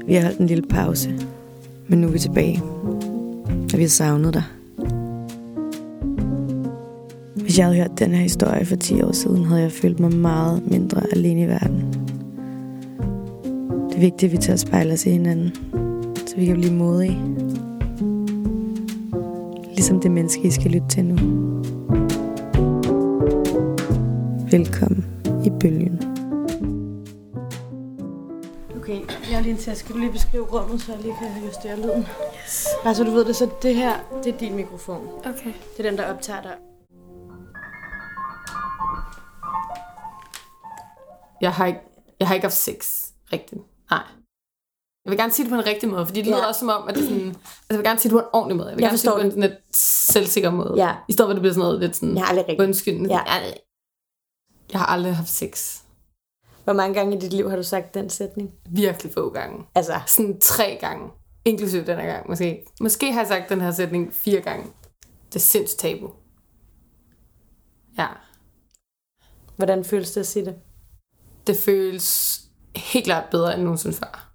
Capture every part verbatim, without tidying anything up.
Vi har holdt en lille pause, men nu er vi tilbage, og vi har savnet dig. Hvis jeg havde hørt den her historie for ti år siden, havde jeg følt mig meget mindre alene i verden. Det er vigtigt, at vi tager spejle os i hinanden, så vi kan blive modige. Ligesom det menneske, I skal lytte til nu. Velkommen i bølgen. Okay, jeg har lige en til. Skal du lige beskrive rummet, så jeg lige kan justere lyden? Yes. Bare så du ved det, så det her, det er din mikrofon. Okay. Det er den, der optager dig. Jeg har ikke, jeg har ikke haft sex rigtigt. Nej. Jeg vil gerne sige det på en rigtig måde, fordi det lyder ja. også som om, at det er sådan... Altså, jeg vil gerne sige det på en ordentlig måde. Jeg vil jeg gerne sige det på en sådan lidt selvsikker måde. Ja. I stedet for, at det bliver sådan noget lidt sådan... Jeg har aldrig rigtigt. Undskyldende. Ja. Jeg har aldrig haft sex. Hvor mange gange i dit liv har du sagt den sætning? Virkelig få gange. Altså... Sådan tre gange. Inklusive den her gang, måske. Måske har jeg sagt den her sætning fire gange. Det er sindssygt tabu. Ja. Hvordan føles det at sige det? Det føles helt klart bedre end nogensinde før.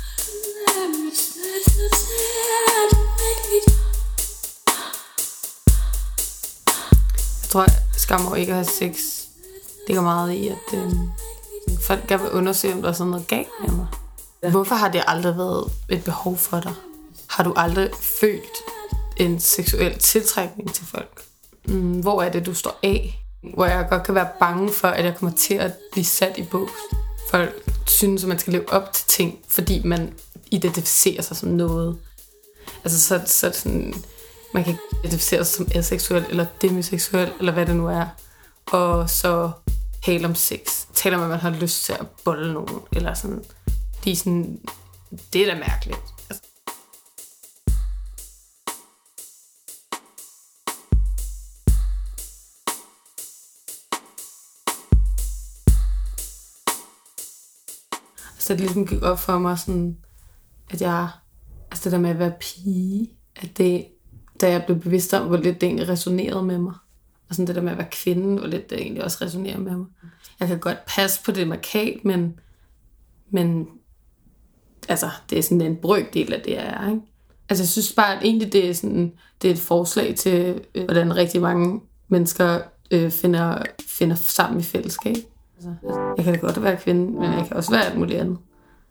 Jeg tror, jeg skammer ikke at have sex. Det går meget i, at øh, folk gerne vil undersøge, om der er sådan noget galt med mig. Ja. Hvorfor har det aldrig været et behov for dig? Har du aldrig følt en seksuel tiltrækning til folk? Mm, hvor er det, du står af? Hvor jeg godt kan være bange for, at jeg kommer til at blive sat i bås. Folk synes, at man skal leve op til ting, fordi man identificerer sig som noget. Altså så, så sådan, man kan identificere sig som aseksuel eller demiseksuel, eller hvad det nu er. Og så tale om sex. Tale om, at man har lyst til at bolle nogen, eller sådan. De er sådan, det er da mærkeligt. Altså. Så det ligesom gik op for mig sådan, at jeg, altså det der med at være pige, at det, da jeg blev bevidst om, hvor lidt det egentlig resonerede med mig, og sådan det der med at være kvinde, hvor lidt det egentlig også resonerer med mig. Jeg kan godt passe på det markat, men, men altså, det er sådan en brøkdel af det, jeg er, ikke? Altså jeg synes bare, at egentlig det er, sådan, det er et forslag til, øh, hvordan rigtig mange mennesker øh, finder, finder sammen i fællesskab. Altså, jeg kan da godt være kvinde, men jeg kan også være alt muligt andet.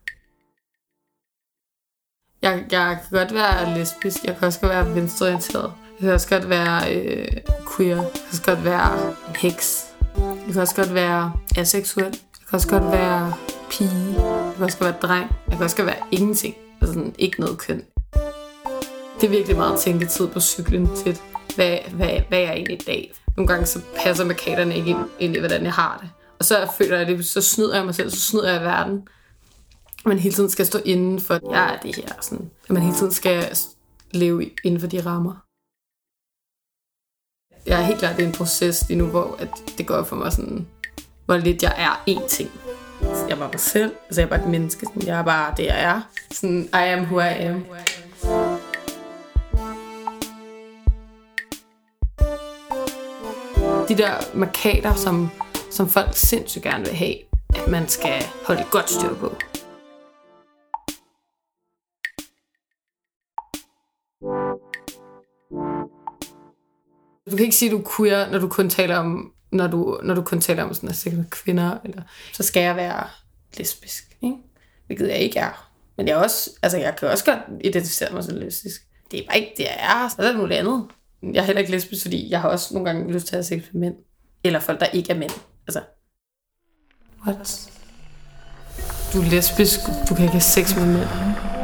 Jeg, jeg kan godt være lesbisk, jeg kan også godt være venstreorienteret. Jeg kan også godt være øh, queer, jeg kan også godt være en heks. Jeg kan også godt være aseksuel, jeg kan også godt være pige, jeg kan også godt være dreng, jeg kan også godt være ingenting. Altså sådan, ikke noget køn. Det er virkelig meget tænketid på cyklen til, hvad, hvad, hvad jeg er egentlig i dag. Nogle gange så passer markaterne ikke ind, ind i, hvordan jeg har det. Og så føler jeg det, så snyder jeg mig selv, så snyder jeg verden. Man hele tiden skal stå inden for, jeg er det her. Sådan. At man hele tiden skal leve inden for de rammer. Jeg er helt klart i en proces lige nu, hvor at det går for mig sådan, hvor lidt jeg er én ting. Jeg er bare mig selv, altså jeg er bare et menneske. Sådan. Jeg er bare det, jeg er. Sådan, I am who I am. De der markader, som som folk sindssygt gerne vil have, at man skal holde et godt styr på. Du kan ikke sige, at du er queer, når du kun taler om, når du, når du kun taler om sådan sex med kvinder, eller så skal jeg være lesbisk, ikke? Hvilket jeg ikke er. Men jeg er også, altså jeg kan også godt identificere mig som lesbisk. Det er bare ikke det, jeg er. Så er der noget andet. Jeg er heller ikke lesbisk, fordi jeg har også nogle gange lyst til at have sex med mænd. Eller folk, der ikke er mænd. Altså, what? Du er lesbisk, du kan ikke have sex med mænd.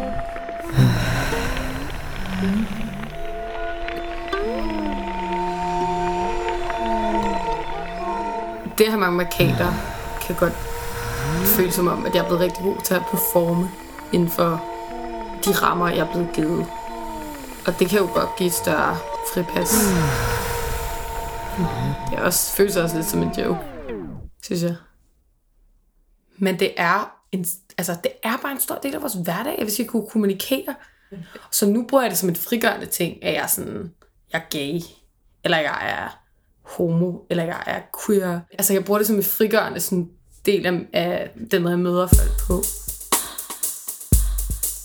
Det her mange markader kan godt føles som om, at jeg er blevet rigtig god til at performe inden for de rammer, jeg er blevet givet. Og det kan jo godt give et større fripas. Det er også, føles også lidt som en joke, synes jeg. Men det er, en, altså, det er bare en stor del af vores hverdag, hvis vi kunne kommunikere. Så nu bruger jeg det som en frigørende ting, at jeg er sådan, jeg er gay, eller jeg er homo, eller jeg er queer. Altså jeg bruger det som en frigørende sådan, del af, af den måde, jeg møder folk på.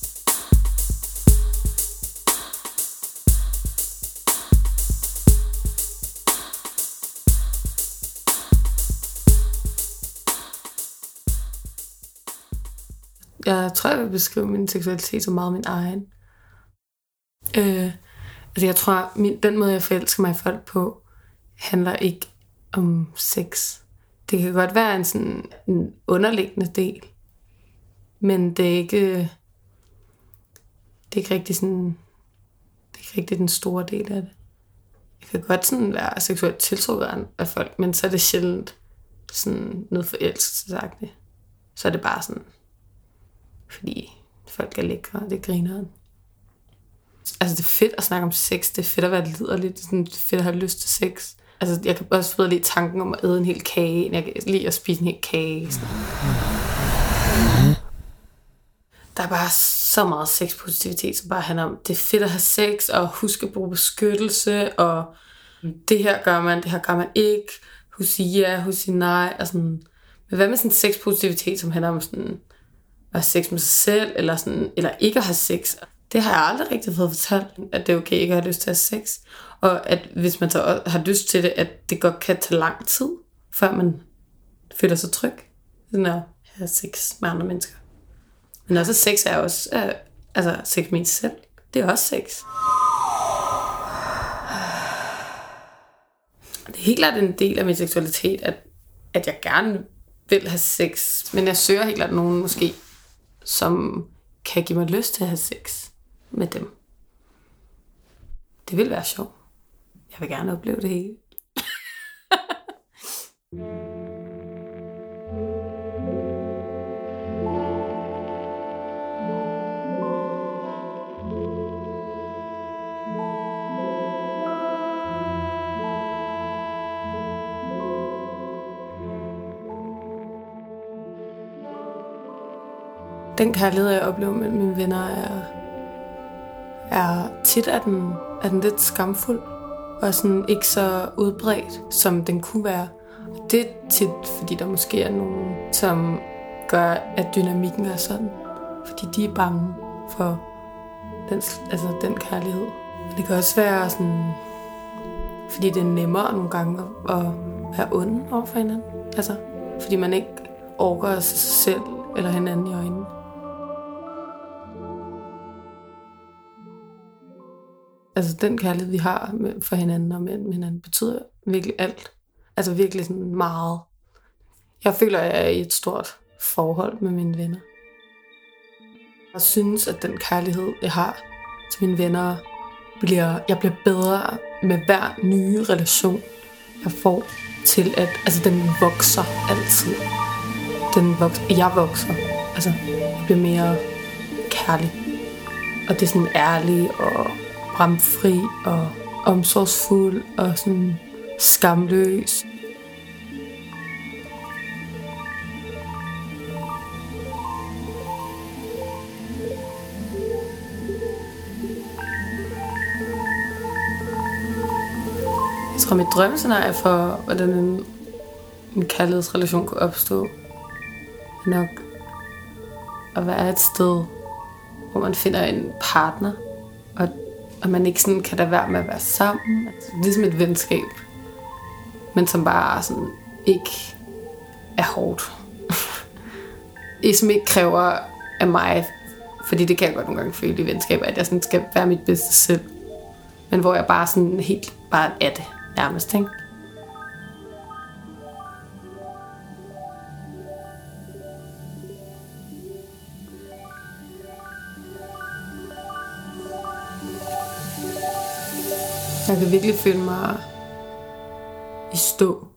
jeg tror, jeg vil beskrive min seksualitet som meget min egen. Øh, altså jeg tror, min, den måde, jeg forelsker mig i folk på, handler ikke om sex. Det kan godt være en sådan en underliggende del, men det er ikke, det er ikke rigtig sådan, det er ikke rigtig den store del af det. Jeg kan godt sådan være seksuelt tiltrukket af folk, men så er det sjældent sådan noget forelskelsesagtigt. Så er det bare sådan, fordi folk er lækre, og det griner. Altså det er fedt at snakke om sex, det er fedt at være liderligt, det er fedt at have lyst til sex. Altså jeg kan også bedre lide tanken om at æde en hel kage, jeg kan lide at spise en hel kage. Sådan. Der er bare så meget sexpositivitet, som bare handler om, det er fedt at have sex, og huske at bruge beskyttelse, og det her gør man, det her gør man ikke. Husk sige ja, husk sige nej. Og sådan. Men hvad med sådan sexpositivitet, som handler om sådan, at have sex med sig selv, eller, sådan, eller ikke at have sex? Det har jeg aldrig rigtig fået fortalt, at det er okay ikke at have lyst til at have sex. Og at hvis man så har lyst til det, at det godt kan tage lang tid, før man føler sig tryg. Sådan at have sex med andre mennesker. Men også sex er også, øh, altså sex med sig selv. Det er også sex. Det er helt klart en del af min seksualitet, at, at jeg gerne vil have sex. Men jeg søger helt klart nogen måske, som kan give mig lyst til at have sex med dem. Det vil være sjovt. Jeg vil gerne opleve det hele. Den kærlighed, jeg oplever med mine venner, er, er tit er den, er den lidt skamfuld, og sådan ikke så udbredt, som den kunne være. Og det er tit, fordi der måske er nogen, som gør, at dynamikken er sådan. Fordi de er bange for den, altså den kærlighed. Det kan også være sådan, fordi det er nemmere nogle gange at være ond over for hinanden. Altså, fordi man ikke orker at se sig selv eller hinanden i øjnene. Altså den kærlighed, vi har for hinanden og med hinanden, betyder virkelig alt. Altså virkelig sådan meget. Jeg føler, at jeg er i et stort forhold med mine venner. Jeg synes, at den kærlighed, jeg har til mine venner, bliver, jeg bliver bedre med hver nye relation, jeg får til at, altså den vokser altid. Den vokser, jeg vokser. Altså, jeg bliver mere kærlig. Og det er sådan ærlig og bramfri og omsorgsfuld og sådan skamløs. Jeg tror, mit drømmescenarie for, hvordan en, en kærlighedsrelation kunne opstå, er nok at være et sted, hvor man finder en partner, og, og man ikke sådan kan da være med at være sammen. Altså, ligesom et venskab, men som bare sådan ikke er hårdt. Det som ikke kræver af mig, fordi det kan jeg godt nogle gange føle i venskaber, at jeg sådan skal være mit bedste selv. Men hvor jeg bare sådan helt bare er det nærmest, ikke? Jeg kan virkelig føle mig i stå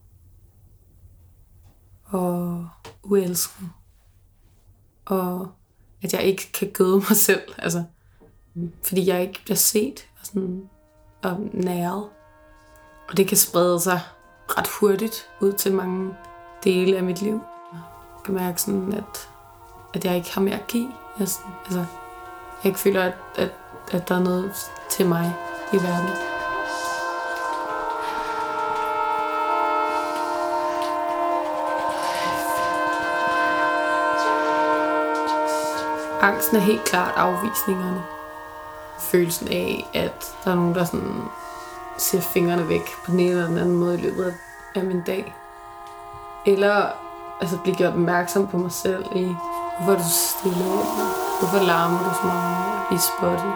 og uelsket, og at jeg ikke kan gøde mig selv, altså, fordi jeg ikke bliver set og, sådan, og næret. Og det kan sprede sig ret hurtigt ud til mange dele af mit liv. Jeg kan mærke sådan, at, at jeg ikke har mere at give. Jeg, sådan, altså, jeg ikke føler, at, at, at der er noget til mig i verden. Angsten er helt klart afvisningerne. Følelsen af, at der er nogen, der sådan ser fingrene væk på den ene eller den anden måde i løbet af min dag. Eller altså blive gjort opmærksom på mig selv i Hvorfor er du så stille? Hvorfor larmer du så meget i spottet?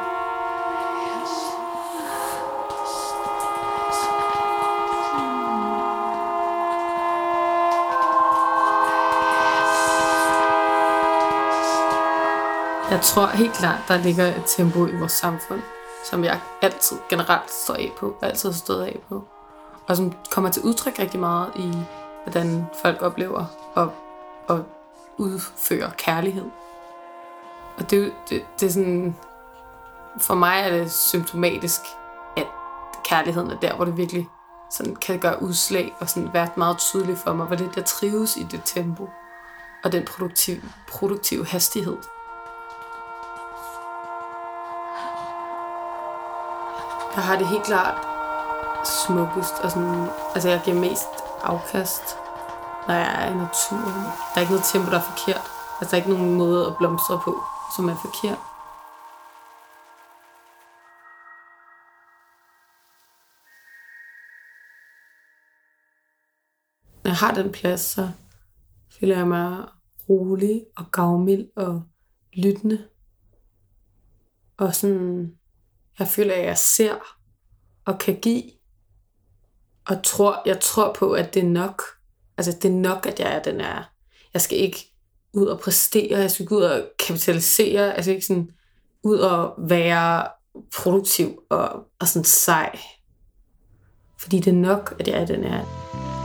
Jeg tror helt klart, der ligger et tempo i vores samfund, som jeg altid generelt står af på, og altid har stået af på. Og som kommer til udtryk rigtig meget i, hvordan folk oplever og, og udfører kærlighed. Og det, det, det er sådan, for mig er det symptomatisk, at kærligheden er der, hvor det virkelig sådan kan gøre udslag og sådan være meget tydeligt for mig, hvor det der trives i det tempo og den produktive, produktive hastighed. Jeg har det helt klart smukkest, og sådan, altså jeg giver mest afkast, når jeg er i naturen. Der er ikke noget tempo, der er forkert. Altså der er ikke nogen måde at blomstre på, som er forkert. Når jeg har den plads, så føler jeg mig rolig og gavmild og lyttende. Og sådan, jeg føler, at jeg ser og kan give. Og tror, jeg tror på, at det er nok. Altså, det er nok, at jeg er den er. Jeg skal ikke ud og præstere. Jeg skal ikke ud og kapitalisere. Jeg skal ikke sådan ud og være produktiv og, og sådan sej. Fordi det er nok, at jeg er den er.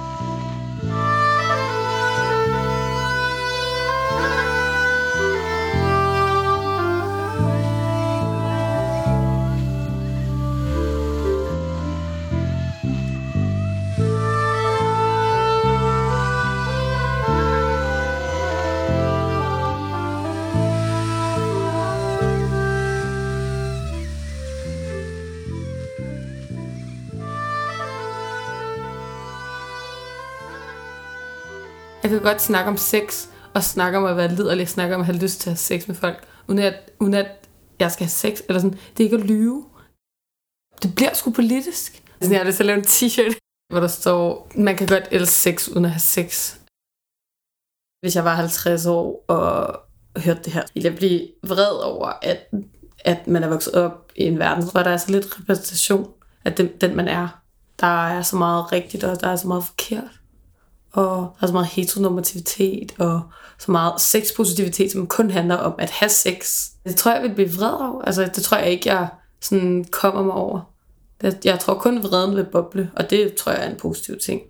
Jeg kan godt snakke om sex, og snakke om at være liderlig, snakke om at have lyst til at have sex med folk, uden at, uden at jeg skal have sex, eller sådan. Det er ikke at lyve. Det bliver sgu politisk. Jeg har lyst til at lave en t-shirt, hvor der står, man kan godt elske sex, uden at have sex. Hvis jeg var halvtreds år og hørte det her, ville jeg blive vred over, at, at man er vokset op i en verden, hvor der er så lidt repræsentation af den, den man er. Der er så meget rigtigt, og der er så meget forkert. Og der er så meget heteronormativitet og så meget sexpositivitet, som kun handler om at have sex. Det tror jeg, jeg vil blive vred over. Altså, det tror jeg ikke, jeg sådan kommer mig over. Jeg tror kun, vreden vil boble, og det tror jeg er en positiv ting.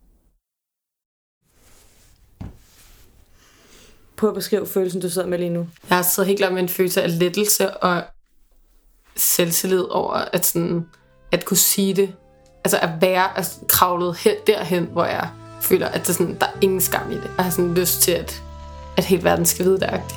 Prøv at beskrive følelsen, du sidder med lige nu. Jeg har siddet helt klart med en følelse af lettelse og selvtillid over at, sådan, at kunne sige det. Altså at være altså, kravlet her, derhen, hvor jeg føler, at der, sådan, der er ingen skam i det. Jeg har sådan lyst til, at, at hele verden skal vide det agtigt.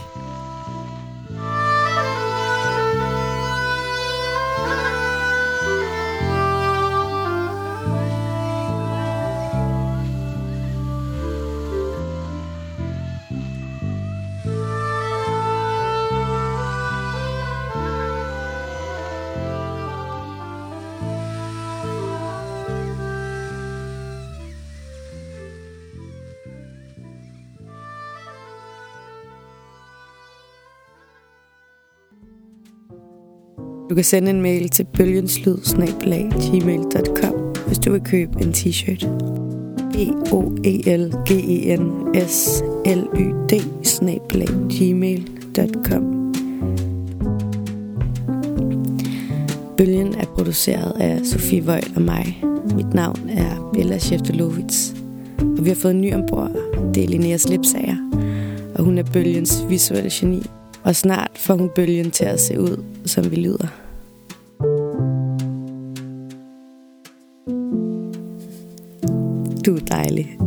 Du kan sende en mail til bølgenslyd snabel-a gmail punktum com, hvis du vil købe en t-shirt. B O E L G E N S L Y D snabel-a gmail punktum com. Bølgen er produceret af Sofie Voil og mig. Mit navn er Bella Scheftelovitz. Og vi har fået en ny ombord. Det er Linnea Slipsager. Og hun er Bølgens visuelle geni. Og snart får hun Bølgen til at se ud, som vi lyder. Du er dejlig.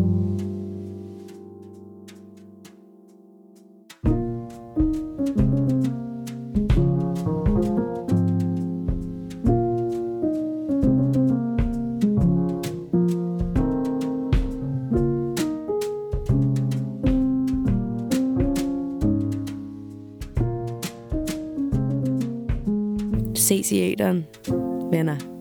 Ses i æteren, venner.